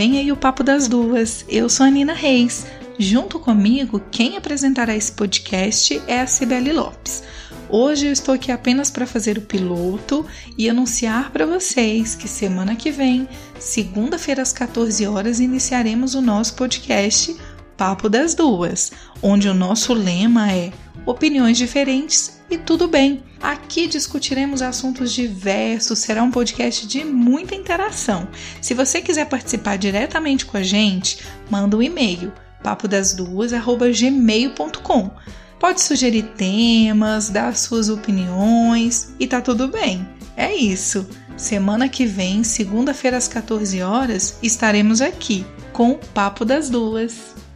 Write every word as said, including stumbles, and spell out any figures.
Vem aí o Papo das Duas. Eu sou a Nina Reis. Junto comigo, quem apresentará esse podcast é a Cibele Lopes. Hoje eu estou aqui apenas para fazer o piloto e anunciar para vocês que semana que vem, segunda-feira às quatorze horas, iniciaremos o nosso podcast Papo das Duas, onde o nosso lema é opiniões diferentes e tudo bem. Aqui discutiremos assuntos diversos, será um podcast de muita interação. Se você quiser participar diretamente com a gente, manda um e-mail papo das duas arroba gmail ponto com. Pode sugerir temas, dar suas opiniões e tá tudo bem. É isso. Semana que vem, segunda-feira às quatorze horas, estaremos aqui com o Papo das Duas.